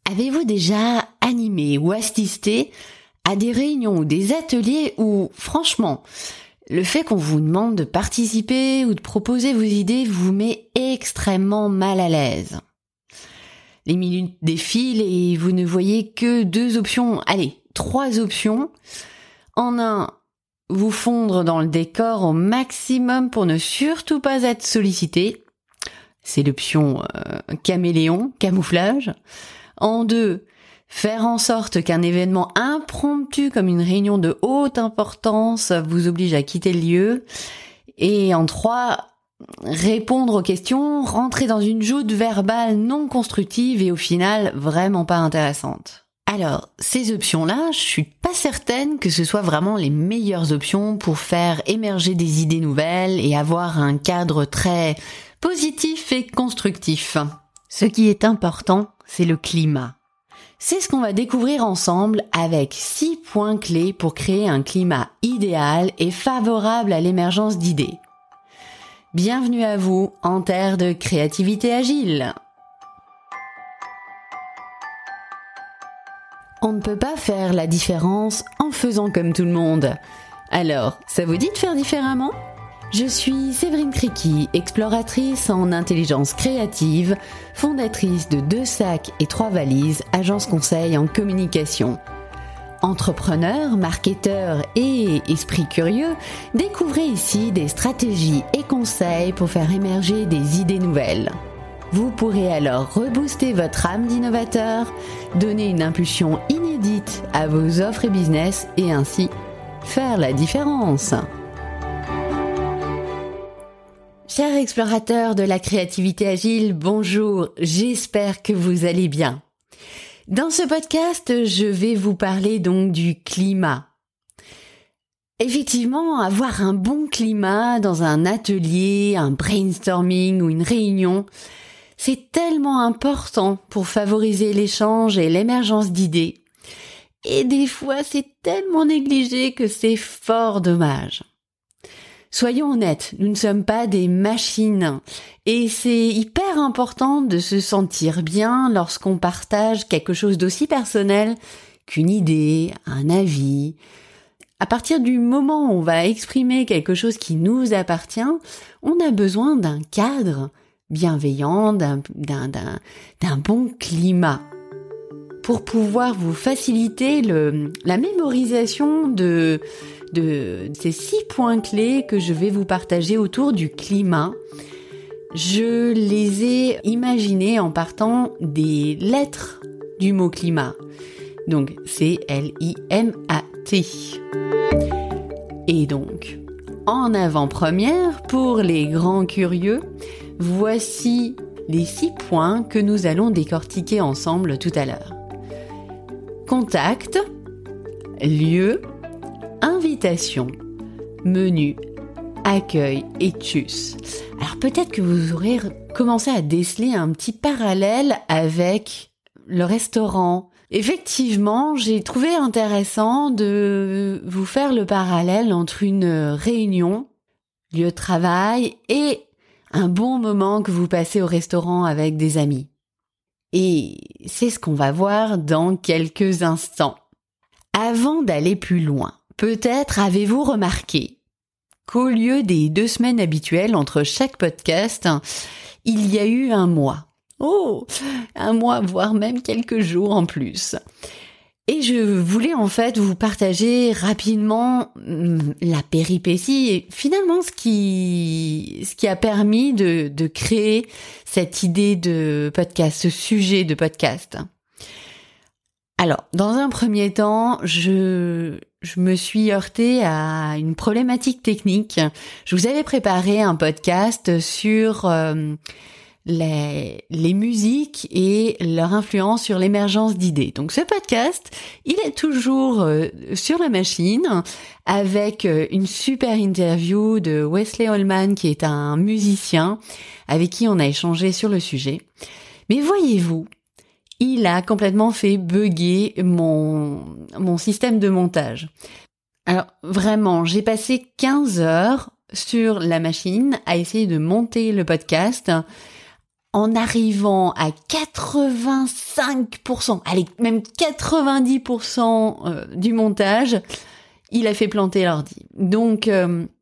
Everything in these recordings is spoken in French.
Avez-vous déjà animé ou assisté à des réunions ou des ateliers où, franchement, le fait qu'on vous demande de participer ou de proposer vos idées vous met extrêmement mal à l'aise? Les minutes défilent et vous ne voyez que 2 options, allez, 3 options. En un, vous fondre dans le décor au maximum pour ne surtout pas être sollicité. C'est l'option caméléon, camouflage. En 2, faire en sorte qu'un événement impromptu comme une réunion de haute importance vous oblige à quitter le lieu. Et en 3, répondre aux questions, rentrer dans une joute verbale non constructive et au final vraiment pas intéressante. Alors, ces options-là, je suis pas certaine que ce soit vraiment les meilleures options pour faire émerger des idées nouvelles et avoir un cadre très positif et constructif. Ce qui est important, c'est le climat. C'est ce qu'on va découvrir ensemble avec 6 points clés pour créer un climat idéal et favorable à l'émergence d'idées. Bienvenue à vous en terre de créativité agile. On ne peut pas faire la différence en faisant comme tout le monde. Alors, ça vous dit de faire différemment ? Je suis Séverine Criqui, exploratrice en intelligence créative, fondatrice de 2 sacs et 3 valises, agence conseil en communication. Entrepreneur, marketeur et esprit curieux, découvrez ici des stratégies et conseils pour faire émerger des idées nouvelles. Vous pourrez alors rebooster votre âme d'innovateur, donner une impulsion inédite à vos offres et business et ainsi faire la différence. Chers explorateurs de la créativité agile, bonjour, j'espère que vous allez bien. Dans ce podcast, je vais vous parler donc du climat. Effectivement, avoir un bon climat dans un atelier, un brainstorming ou une réunion, c'est tellement important pour favoriser l'échange et l'émergence d'idées. Et des fois, c'est tellement négligé que c'est fort dommage. Soyons honnêtes, nous ne sommes pas des machines et c'est hyper important de se sentir bien lorsqu'on partage quelque chose d'aussi personnel qu'une idée, un avis. À partir du moment où on va exprimer quelque chose qui nous appartient, on a besoin d'un cadre bienveillant, d'un bon climat pour pouvoir vous faciliter la mémorisation de ces 6 points clés que je vais vous partager autour du climat. Je les ai imaginés en partant des lettres du mot climat. Donc, C-L-I-M-A-T. Et donc, en avant-première, pour les grands curieux, voici les 6 points que nous allons décortiquer ensemble tout à l'heure. Contact, lieu, invitation, menu, accueil et tchuss. Alors peut-être que vous aurez commencé à déceler un petit parallèle avec le restaurant. Effectivement, j'ai trouvé intéressant de vous faire le parallèle entre une réunion, lieu de travail et un bon moment que vous passez au restaurant avec des amis. Et c'est ce qu'on va voir dans quelques instants. Avant d'aller plus loin, peut-être avez-vous remarqué qu'au lieu des 2 semaines habituelles entre chaque podcast, il y a eu un mois. Oh, un mois, voire même quelques jours en plus. Et je voulais en fait vous partager rapidement la péripétie et finalement ce qui a permis de créer cette idée de podcast, ce sujet de podcast. Alors, dans un premier temps, je me suis heurtée à une problématique technique. Je vous avais préparé un podcast sur les musiques et leur influence sur l'émergence d'idées. Donc ce podcast, il est toujours sur la machine avec une super interview de Wesley Holman qui est un musicien avec qui on a échangé sur le sujet. Mais voyez-vous, il a complètement fait bugger mon système de montage. Alors vraiment, j'ai passé 15 heures sur la machine à essayer de monter le podcast en arrivant à 85%, allez, même 90% du montage, il a fait planter l'ordi. Donc,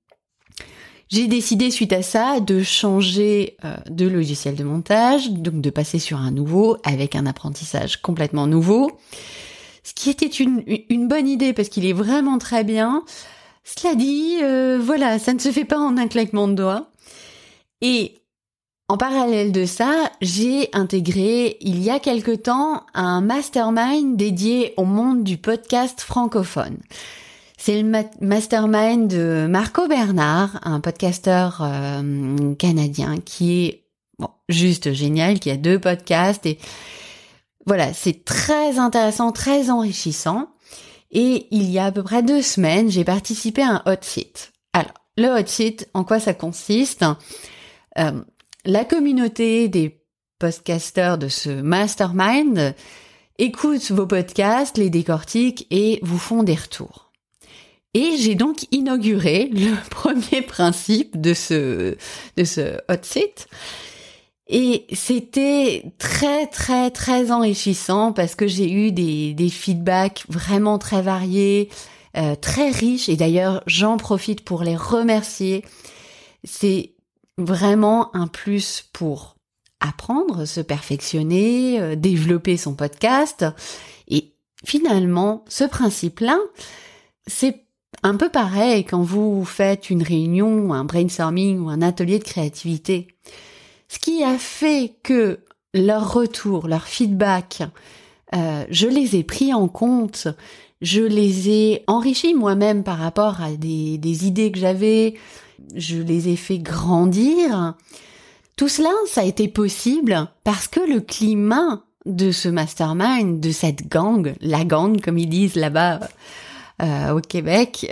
j'ai décidé suite à ça de changer de logiciel de montage, donc de passer sur un nouveau avec un apprentissage complètement nouveau. Ce qui était une bonne idée parce qu'il est vraiment très bien. Cela dit, voilà, ça ne se fait pas en un claquement de doigts. Et en parallèle de ça, j'ai intégré il y a quelque temps un mastermind dédié au monde du podcast francophone. C'est le mastermind de Marco Bernard, un podcasteur canadien qui est juste génial, qui a 2 podcasts et voilà, c'est très intéressant, très enrichissant. Et il y a à peu près 2 semaines, j'ai participé à un hot seat. Alors, le hot seat, en quoi ça consiste ? La communauté des podcasteurs de ce mastermind écoute vos podcasts, les décortique et vous font des retours. Et j'ai donc inauguré le premier principe de ce hot seat. Et c'était très très très enrichissant parce que j'ai eu des feedbacks vraiment très variés, très riches. Et d'ailleurs, j'en profite pour les remercier. C'est vraiment un plus pour apprendre, se perfectionner, développer son podcast. Et finalement, ce principe-là, c'est un peu pareil quand vous faites une réunion, un brainstorming ou un atelier de créativité. Ce qui a fait que leur retour, leur feedback, je les ai pris en compte, je les ai enrichis moi-même par rapport à des idées que j'avais, je les ai fait grandir. Tout cela, ça a été possible parce que le climat de ce mastermind, de cette gang, la gang comme ils disent là-bas au Québec,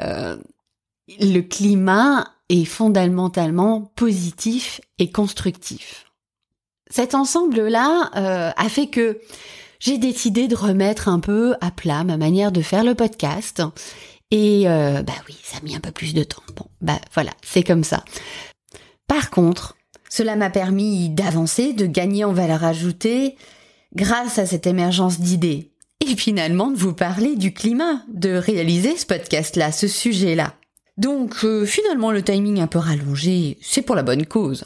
le climat est fondamentalement positif et constructif. Cet ensemble-là a fait que j'ai décidé de remettre un peu à plat ma manière de faire le podcast. Et oui, ça a mis un peu plus de temps. Bon, voilà, c'est comme ça. Par contre, cela m'a permis d'avancer, de gagner en valeur ajoutée grâce à cette émergence d'idées. Et finalement, de vous parler du climat, de réaliser ce podcast-là, ce sujet-là. Donc finalement, le timing un peu rallongé, c'est pour la bonne cause.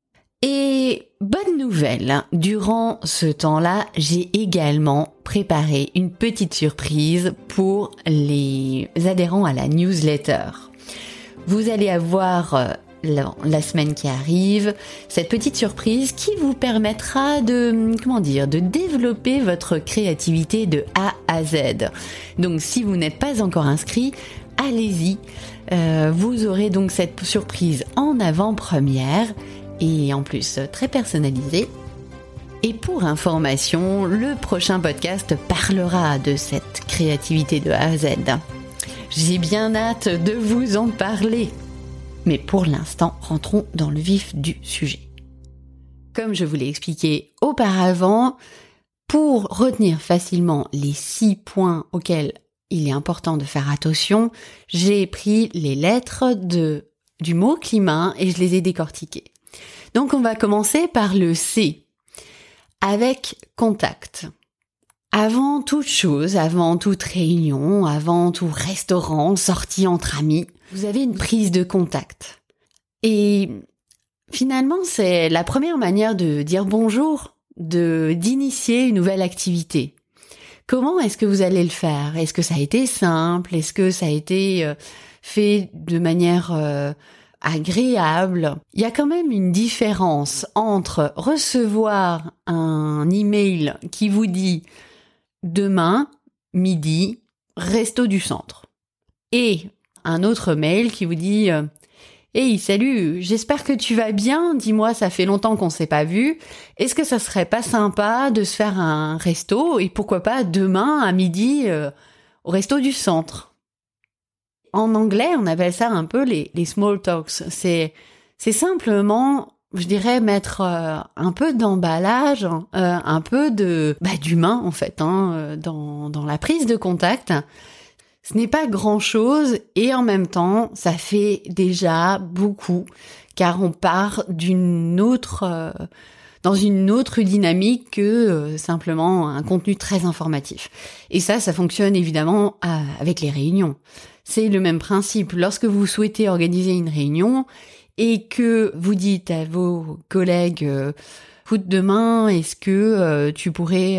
Et bonne nouvelle, durant ce temps-là, j'ai également préparé une petite surprise pour les adhérents à la newsletter. Vous allez avoir la semaine qui arrive cette petite surprise qui vous permettra de développer votre créativité de A à Z. Donc si vous n'êtes pas encore inscrit, allez-y. Vous aurez donc cette surprise en avant-première et en plus très personnalisée. Et pour information, le prochain podcast parlera de cette créativité de A à Z. J'ai bien hâte de vous en parler. Mais pour l'instant, rentrons dans le vif du sujet. Comme je vous l'ai expliqué auparavant, pour retenir facilement les 6 points auxquels il est important de faire attention, j'ai pris les lettres du mot climat et je les ai décortiquées. Donc on va commencer par le C, avec contact. Avant toute chose, avant toute réunion, avant tout restaurant, sortie entre amis, vous avez une prise de contact. Et finalement, c'est la première manière de dire bonjour, d'initier une nouvelle activité. Comment est-ce que vous allez le faire ? Est-ce que ça a été simple ? Est-ce que ça a été fait de manière agréable ? Il y a quand même une différence entre recevoir un email qui vous dit demain, midi, resto du centre. Et un autre mail qui vous dit hey, salut, j'espère que tu vas bien, dis-moi, ça fait longtemps qu'on s'est pas vu. Est-ce que ça serait pas sympa de se faire un resto et pourquoi pas demain à midi au resto du centre ? En anglais, on appelle ça un peu les small talks. C'est simplement, je dirais, mettre un peu d'emballage, un peu d'humain en fait, dans la prise de contact. Ce n'est pas grand-chose et en même temps, ça fait déjà beaucoup car on part d'une autre dans une autre dynamique que simplement un contenu très informatif. Et ça fonctionne évidemment avec les réunions. C'est le même principe. Lorsque vous souhaitez organiser une réunion et que vous dites à vos collègues écoute, demain, est-ce que tu pourrais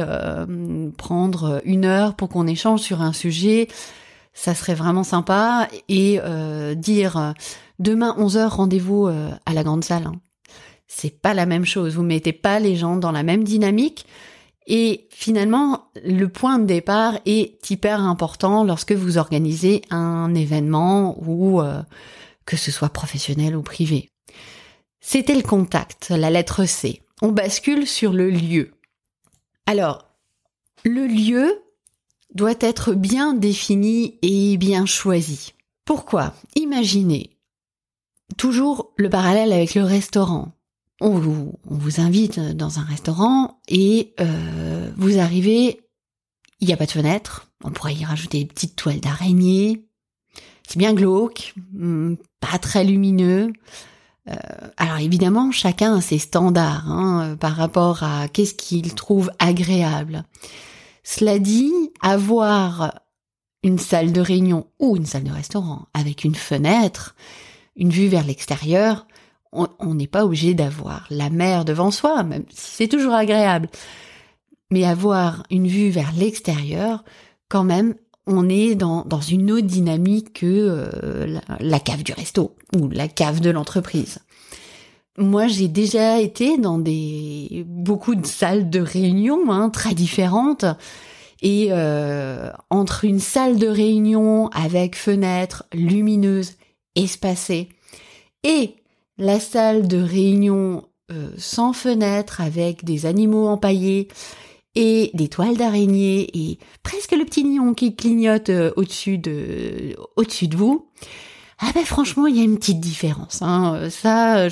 prendre 1 heure pour qu'on échange sur un sujet ? Ça serait vraiment sympa. Et dire demain 11h, rendez-vous à la grande salle. C'est pas la même chose. Vous mettez pas les gens dans la même dynamique. Et finalement, le point de départ est hyper important lorsque vous organisez un événement ou que ce soit professionnel ou privé. C'était le contact, la lettre C. On bascule sur le lieu. Alors, le lieu doit être bien défini et bien choisi. Pourquoi ? Imaginez toujours le parallèle avec le restaurant. On vous invite dans un restaurant et vous arrivez, il n'y a pas de fenêtre, on pourrait y rajouter des petites toiles d'araignée, c'est bien glauque, pas très lumineux. Alors évidemment, chacun a ses standards par rapport à qu'est-ce qu'il trouve agréable. Cela dit, avoir une salle de réunion ou une salle de restaurant avec une fenêtre, une vue vers l'extérieur, on n'est pas obligé d'avoir la mer devant soi, même si c'est toujours agréable. Mais avoir une vue vers l'extérieur, quand même, on est dans une autre dynamique que la cave du resto ou la cave de l'entreprise. Moi, j'ai déjà été dans beaucoup de salles de réunion très différentes. Et entre une salle de réunion avec fenêtre lumineuse, espacée, et la salle de réunion sans fenêtre avec des animaux empaillés et des toiles d'araignée et presque le petit néon qui clignote au-dessus de vous. Ah ben franchement, il y a une petite différence. Ça,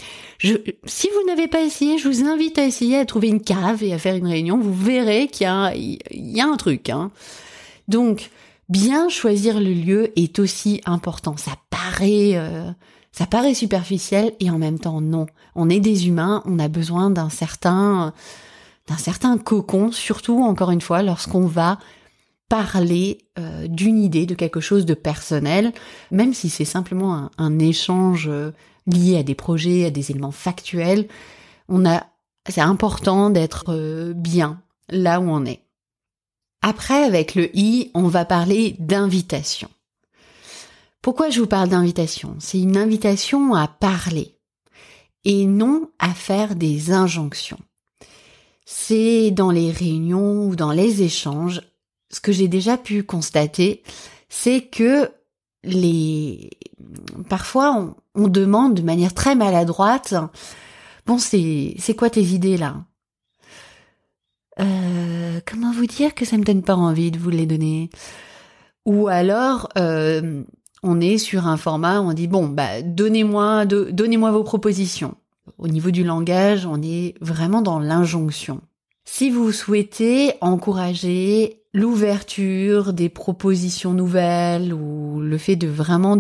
si vous n'avez pas essayé, je vous invite à essayer à trouver une cave et à faire une réunion. Vous verrez qu'il y a un truc. Donc, bien choisir le lieu est aussi important. Ça paraît superficiel et en même temps non. On est des humains, on a besoin d'un certain cocon, surtout encore une fois lorsqu'on va parler d'une idée, de quelque chose de personnel, même si c'est simplement un échange lié à des projets, à des éléments factuels. C'est important d'être bien là où on est. Après, avec le I, on va parler d'invitation. Pourquoi je vous parle d'invitation ? C'est une invitation à parler et non à faire des injonctions. C'est dans les réunions ou dans les échanges, ce que j'ai déjà pu constater, c'est que parfois on demande de manière très maladroite, bon c'est quoi tes idées là ? Comment vous dire que ça me donne pas envie de vous les donner ? Ou alors on est sur un format où on dit bon donnez-moi vos propositions. Au niveau du langage, on est vraiment dans l'injonction. Si vous souhaitez encourager l'ouverture des propositions nouvelles ou le fait de vraiment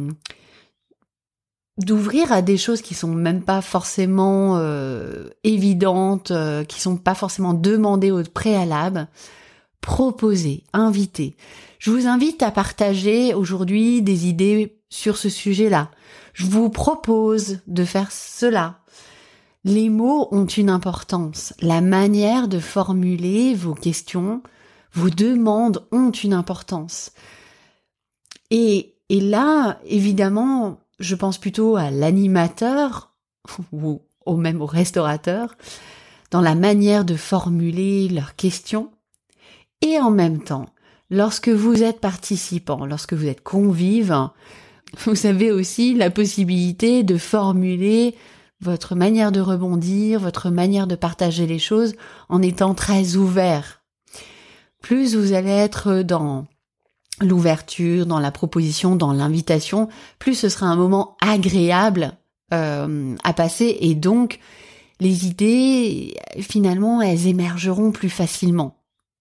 d'ouvrir à des choses qui sont même pas forcément évidentes, qui sont pas forcément demandées au préalable, proposez, invitez. Je vous invite à partager aujourd'hui des idées sur ce sujet-là. Je vous propose de faire cela. Les mots ont une importance. La manière de formuler vos questions, vos demandes ont une importance. Et là, évidemment, je pense plutôt à l'animateur ou même au restaurateur dans la manière de formuler leurs questions. Et en même temps, lorsque vous êtes participant, lorsque vous êtes convive, vous avez aussi la possibilité de formuler votre manière de rebondir, votre manière de partager les choses en étant très ouvert. Plus vous allez être dans l'ouverture, dans la proposition, dans l'invitation, plus ce sera un moment agréable à passer et donc les idées, finalement, elles émergeront plus facilement.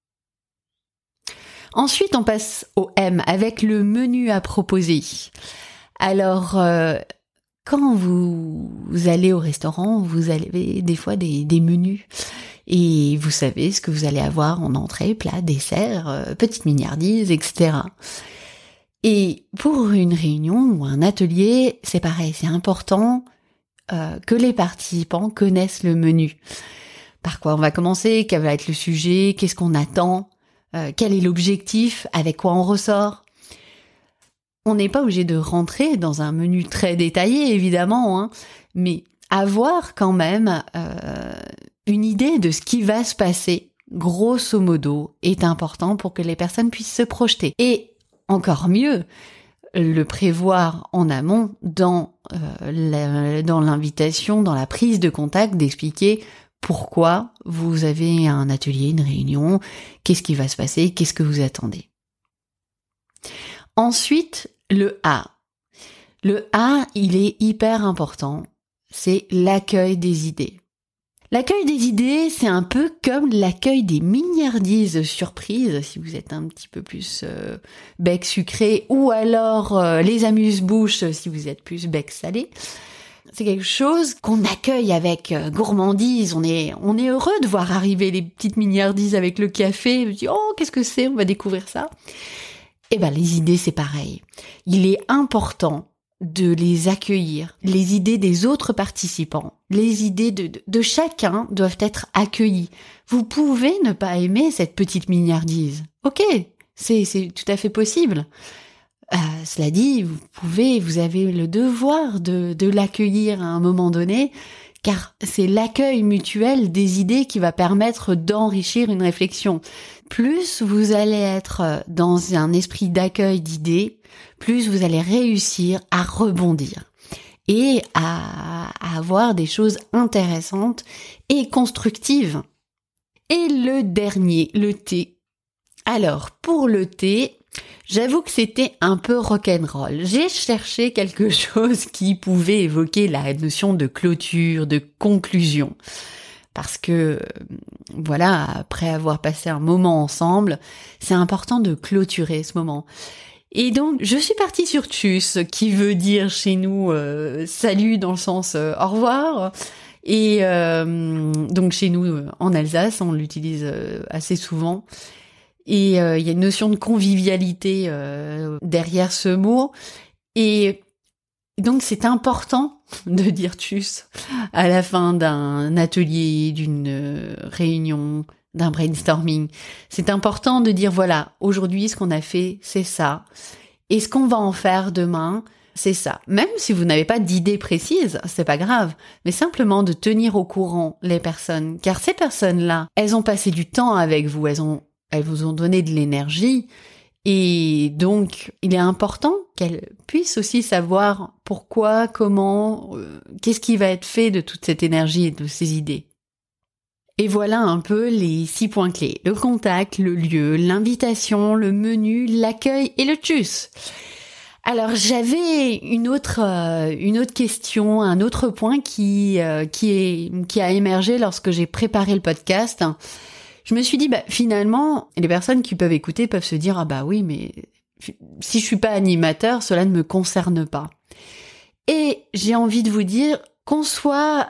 Ensuite, on passe au M avec le menu à proposer. Alors, quand vous allez au restaurant, vous avez des fois des menus et vous savez ce que vous allez avoir en entrée, plat, dessert, petite mignardise, etc. Et pour une réunion ou un atelier, c'est pareil, c'est important que les participants connaissent le menu. Par quoi on va commencer, quel va être le sujet, qu'est-ce qu'on attend, quel est l'objectif, avec quoi on ressort. On n'est pas obligé de rentrer dans un menu très détaillé, évidemment, hein, mais avoir quand même une idée de ce qui va se passer, grosso modo, est important pour que les personnes puissent se projeter. Et encore mieux, le prévoir en amont dans l'invitation, dans la prise de contact, d'expliquer pourquoi vous avez un atelier, une réunion, qu'est-ce qui va se passer, qu'est-ce que vous attendez. Ensuite, le A. Le A, il est hyper important, c'est l'accueil des idées. L'accueil des idées, c'est un peu comme l'accueil des mignardises surprises, si vous êtes un petit peu plus bec sucré, ou alors les amuse-bouches, si vous êtes plus bec salé. C'est quelque chose qu'on accueille avec gourmandise. On est heureux de voir arriver les petites mignardises avec le café. On se dit, oh, qu'est-ce que c'est? On va découvrir ça. Eh ben, les idées, c'est pareil. Il est important de les accueillir. Les idées des autres participants, les idées de chacun doivent être accueillies. Vous pouvez ne pas aimer cette petite mignardise. Ok, c'est tout à fait possible. Cela dit, vous avez le devoir de l'accueillir à un moment donné, car c'est l'accueil mutuel des idées qui va permettre d'enrichir une réflexion. Plus vous allez être dans un esprit d'accueil d'idées, plus vous allez réussir à rebondir et à avoir des choses intéressantes et constructives. Et le dernier, le T. Alors, pour le T, j'avoue que c'était un peu rock'n'roll. J'ai cherché quelque chose qui pouvait évoquer la notion de clôture, de conclusion. Parce que, voilà, après avoir passé un moment ensemble, c'est important de clôturer ce moment. Et donc, je suis partie sur tchuss, qui veut dire chez nous salut dans le sens au revoir. Et donc chez nous, en Alsace, on l'utilise assez souvent. Et il y a une notion de convivialité derrière ce mot. Et donc c'est important de dire tchuss à la fin d'un atelier, d'une réunion, d'un brainstorming. C'est important de dire voilà, aujourd'hui ce qu'on a fait, c'est ça. Et ce qu'on va en faire demain, c'est ça. Même si vous n'avez pas d'idée précise, c'est pas grave. Mais simplement de tenir au courant les personnes. Car ces personnes-là, elles ont passé du temps avec vous, elles vous ont donné de l'énergie. Et donc, il est important qu'elles puissent aussi savoir pourquoi, comment, qu'est-ce qui va être fait de toute cette énergie et de ces idées. Et voilà un peu les 6 points clés. Le contact, le lieu, l'invitation, le menu, l'accueil et le tchuss. Alors, j'avais une autre question, un autre point qui a émergé lorsque j'ai préparé le podcast. Je me suis dit, finalement, les personnes qui peuvent écouter peuvent se dire, ah bah oui, mais si je suis pas animateur, cela ne me concerne pas. Et j'ai envie de vous dire, qu'on soit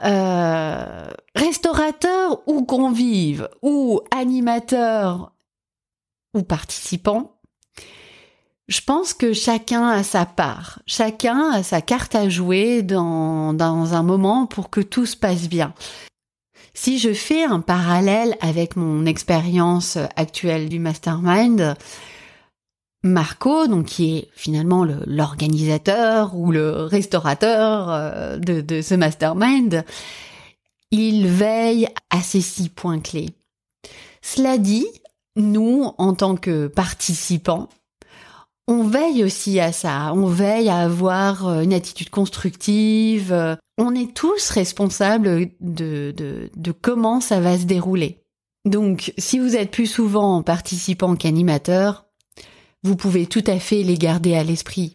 restaurateur ou convive, ou animateur ou participant, je pense que chacun a sa part, chacun a sa carte à jouer dans un moment pour que tout se passe bien. Si je fais un parallèle avec mon expérience actuelle du mastermind, Marco, donc qui est finalement l'organisateur ou le restaurateur de ce mastermind, il veille à ces 6 points clés. Cela dit, nous, en tant que participants, on veille aussi à ça, on veille à avoir une attitude constructive. On est tous responsables de comment ça va se dérouler. Donc, si vous êtes plus souvent participant qu'animateur, vous pouvez tout à fait les garder à l'esprit.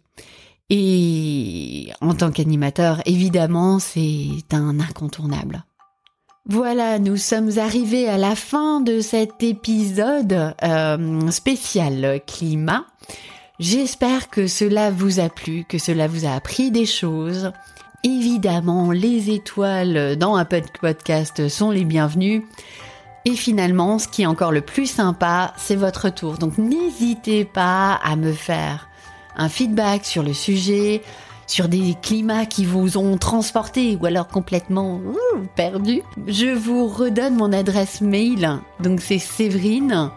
Et en tant qu'animateur, évidemment, c'est un incontournable. Voilà, nous sommes arrivés à la fin de cet épisode spécial climat. J'espère que cela vous a plu, que cela vous a appris des choses. Évidemment, les étoiles dans Apple Podcast sont les bienvenues. Et finalement, ce qui est encore le plus sympa, c'est votre retour. Donc n'hésitez pas à me faire un feedback sur le sujet, sur des climats qui vous ont transporté ou alors complètement perdu. Je vous redonne mon adresse mail. Donc c'est Séverine,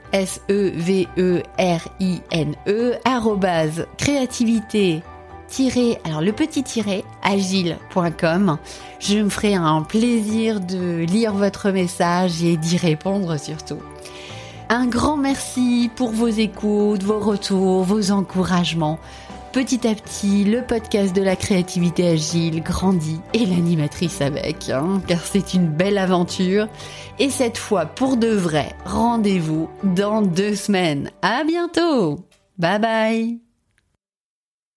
SEVERINE, @créativité- alors le petit tiret agile.com. Je me ferai un plaisir de lire votre message et d'y répondre surtout. Un grand merci pour vos écoutes, vos retours, vos encouragements. Petit à petit, le podcast de la créativité agile grandit et l'animatrice avec, car c'est une belle aventure. Et cette fois, pour de vrai, rendez-vous dans 2 semaines. À bientôt! Bye bye!